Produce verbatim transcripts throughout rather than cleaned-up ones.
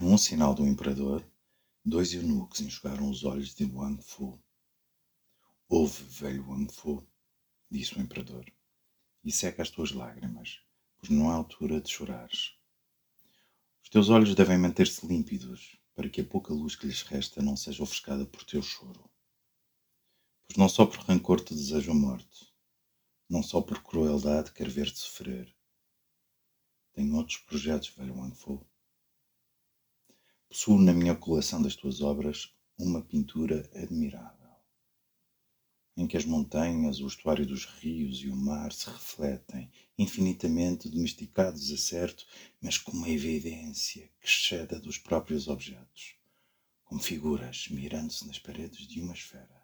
um sinal do imperador, dois eunucos enxugaram os olhos de Wang Fu. Ouve, velho Wang Fu, disse o imperador, e seca as tuas lágrimas, pois não é altura de chorares. Os teus olhos devem manter-se límpidos, para que a pouca luz que lhes resta não seja ofuscada por teu choro. Pois não só por rancor te desejo a morte, não só por crueldade quero ver-te sofrer. Tenho outros projetos, velho Wang Fu. Possuo na minha coleção das tuas obras uma pintura admirável, em que as montanhas, o estuário dos rios e o mar se refletem, infinitamente domesticados a certo, mas com uma evidência que excede a dos próprios objetos, como figuras mirando-se nas paredes de uma esfera.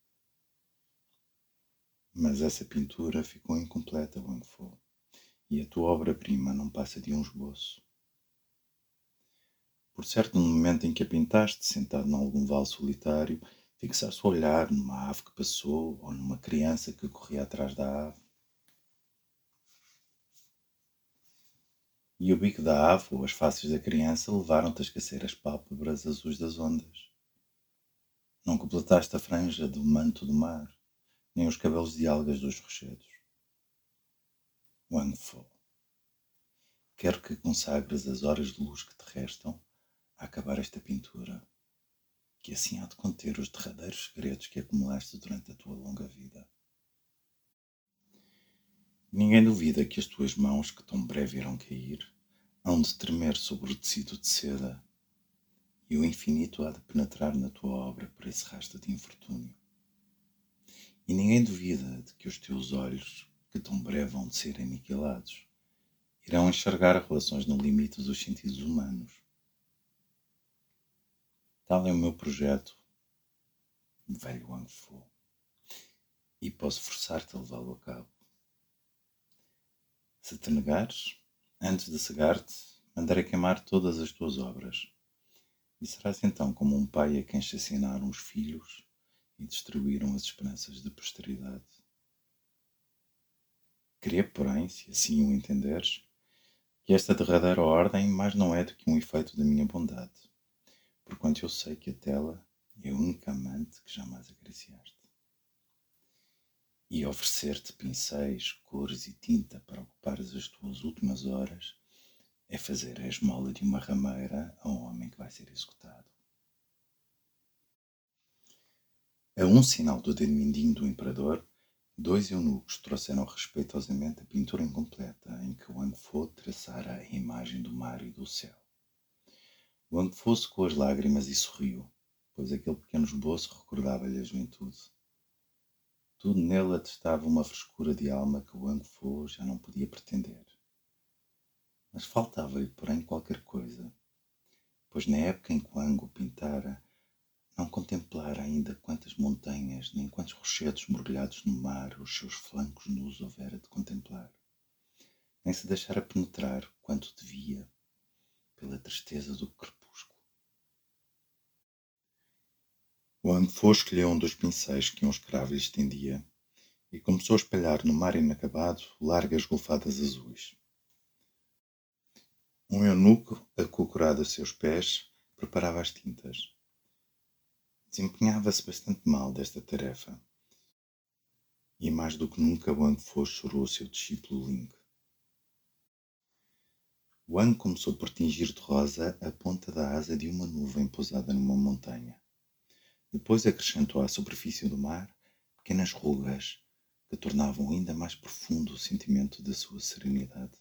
Mas essa pintura ficou incompleta, Wang Fu, e a tua obra-prima não passa de um esboço. Por certo, no momento em que a pintaste, sentado em algum vale solitário, fixaste o olhar numa ave que passou ou numa criança que corria atrás da ave. E o bico da ave ou as faces da criança levaram-te a esquecer as pálpebras azuis das ondas. Não completaste a franja do manto do mar, nem os cabelos de algas dos rochedos. Wang Fu, quero que consagres as horas de luz que te restam a acabar esta pintura, que assim há de conter os derradeiros segredos que acumulaste durante a tua longa vida. Ninguém duvida que as tuas mãos, que tão breve irão cair, hão de tremer sobre o tecido de seda, e o infinito há de penetrar na tua obra por esse rasto de infortúnio. E ninguém duvida de que os teus olhos, que tão breve hão de ser aniquilados, irão enxergar relações no limite dos sentidos humanos. Tal é o meu projeto, velho Wang Fu, e posso forçar-te a levá-lo a cabo. Se te negares, antes de cegar-te, mandarei queimar todas as tuas obras, e serás então como um pai a quem assassinaram os filhos e destruíram as esperanças de posteridade. Crê, porém, se assim o entenderes, que esta derradeira ordem mais não é do que um efeito da minha bondade, porquanto eu sei que a tela é a única amante que jamais acariciaste. E oferecer-te pincéis, cores e tinta para ocupares as tuas últimas horas é fazer a esmola de uma rameira a um homem que vai ser executado. A um sinal do dedo mindinho do imperador, dois eunucos trouxeram respeitosamente a pintura incompleta em que Wang Fu traçara a imagem do mar e do céu. Wang Fu secou as lágrimas e sorriu, pois aquele pequeno esboço recordava-lhe a juventude. Tudo nele atestava uma frescura de alma que Wang Fu já não podia pretender. Mas faltava-lhe, porém, qualquer coisa, pois na época em que Wang o pintara, não contemplara ainda quantas montanhas, nem quantos rochedos mergulhados no mar os seus flancos nus houvera de contemplar, nem se deixara penetrar quanto devia pela tristeza do crepúsculo. Wang Fu escolheu um dos pincéis que um escravo lhe estendia e começou a espalhar no mar inacabado largas golfadas azuis. Um eunuco, acocorado a seus pés, preparava as tintas. Desempenhava-se bastante mal desta tarefa, e mais do que nunca Wang Fu chorou o seu discípulo Ling. Wang começou por tingir de rosa a ponta da asa de uma nuvem pousada numa montanha. Depois acrescentou à superfície do mar pequenas rugas que tornavam ainda mais profundo o sentimento da sua serenidade.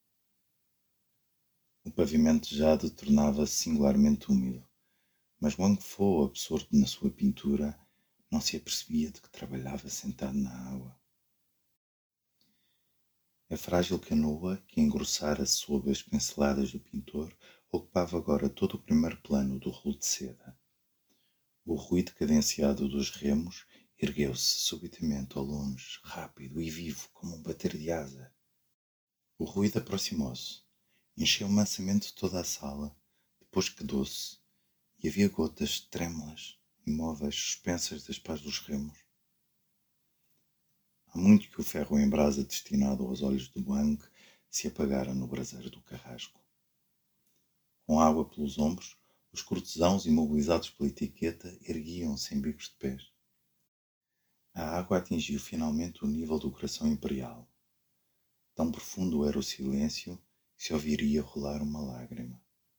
O pavimento de jade tornava-se singularmente úmido, mas Wang Fu, absorto na sua pintura, não se apercebia de que trabalhava sentado na água. A frágil canoa, que engrossara sob as pinceladas do pintor, ocupava agora todo o primeiro plano do rolo de seda. O ruído cadenciado dos remos ergueu-se subitamente ao longe, rápido e vivo como um bater de asa. O ruído aproximou-se, encheu mansamente toda a sala, depois quedou-se, e havia gotas trêmulas, imóveis, suspensas das pás dos remos. Há muito que o ferro em brasa destinado aos olhos de Wang se apagara no braseiro do carrasco. Com água pelos ombros, os cortesãos, imobilizados pela etiqueta, erguiam-se em bicos de pés. A água atingiu finalmente o nível do coração imperial. Tão profundo era o silêncio que se ouviria rolar uma lágrima.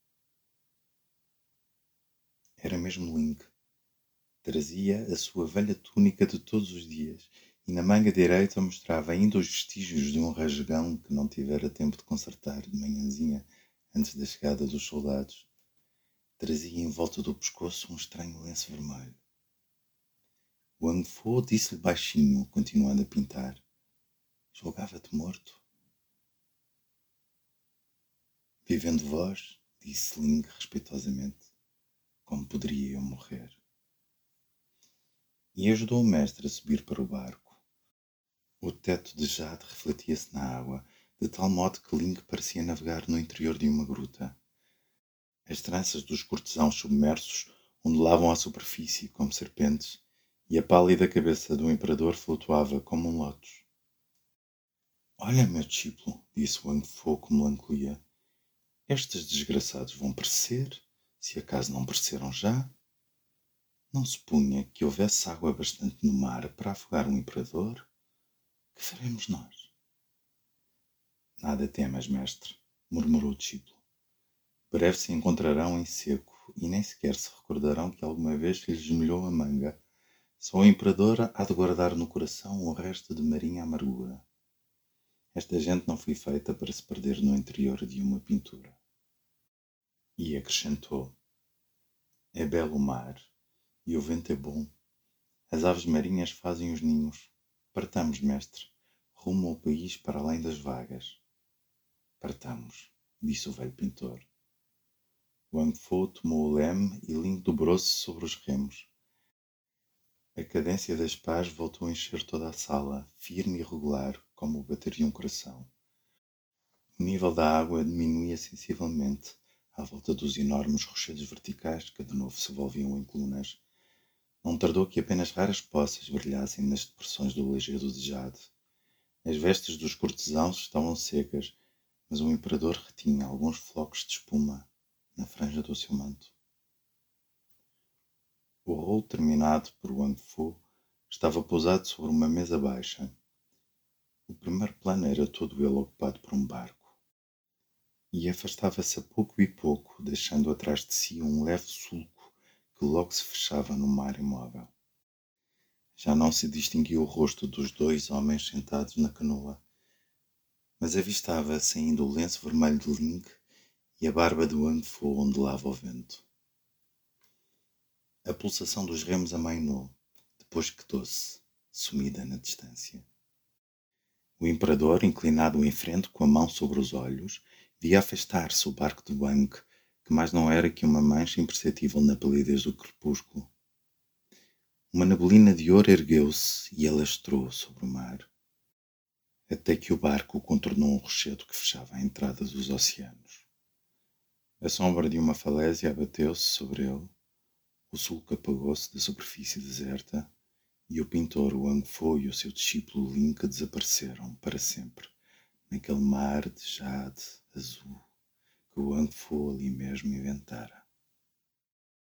Era mesmo Link. Trazia a sua velha túnica de todos os dias e na manga direita mostrava ainda os vestígios de um rasgão que não tivera tempo de consertar de manhãzinha antes da chegada dos soldados. Trazia em volta do pescoço um estranho lenço vermelho. Wang Fu disse-lhe baixinho, continuando a pintar: "Julgava-te morto." "Vivendo vós", disse Ling respeitosamente, "como poderia eu morrer?" E ajudou o mestre a subir para o barco. O teto de jade refletia-se na água, de tal modo que Ling parecia navegar no interior de uma gruta. As tranças dos cortesãos submersos ondulavam à superfície como serpentes, e a pálida cabeça do imperador flutuava como um lótus. "Olha, meu discípulo", disse Wang Fu com melancolia, "estes desgraçados vão perecer, se acaso não pereceram já. Não se punha que houvesse água bastante no mar para afogar um imperador? Que faremos nós?" "Nada temas, mestre", murmurou o discípulo. "Breve se encontrarão em seco e nem sequer se recordarão que alguma vez lhes molhou a manga. Só o imperador há de guardar no coração o resto de marinha amargura. Esta gente não foi feita para se perder no interior de uma pintura." E acrescentou: "É belo o mar, e o vento é bom. As aves marinhas fazem os ninhos. Partamos, mestre, rumo ao país para além das vagas." "Partamos", disse o velho pintor. Wang Fu tomou o leme e Ling dobrou-se sobre os remos. A cadência das pás voltou a encher toda a sala, firme e regular, como o bater de um coração. O nível da água diminuía sensivelmente, à volta dos enormes rochedos verticais que de novo se volviam em colunas. Não tardou que apenas raras poças brilhassem nas depressões do lajedo de jade. As vestes dos cortesãos estavam secas, mas o imperador retinha alguns flocos de espuma na franja do seu manto. O rolo terminado por Wang Fu estava pousado sobre uma mesa baixa. O primeiro plano era todo ele ocupado por um barco. E afastava-se a pouco e pouco, deixando atrás de si um leve sulco que logo se fechava no mar imóvel. Já não se distinguia o rosto dos dois homens sentados na canoa, mas avistava-se ainda o lenço vermelho de Ling e a barba de Wang Fu ondulava ao vento. A pulsação dos remos amainou, depois quedou-se, sumida na distância. O imperador, inclinado em frente, com a mão sobre os olhos, via afastar-se o barco de Wang, que mais não era que uma mancha imperceptível na palidez do crepúsculo. Uma neblina de ouro ergueu-se e alastrou sobre o mar, até que o barco contornou um rochedo que fechava a entrada dos oceanos. A sombra de uma falésia abateu-se sobre ele, o sulco apagou-se da superfície deserta e o pintor Wang Fu e o seu discípulo Link desapareceram para sempre naquele mar de jade azul que o Wang Fu ali mesmo inventara.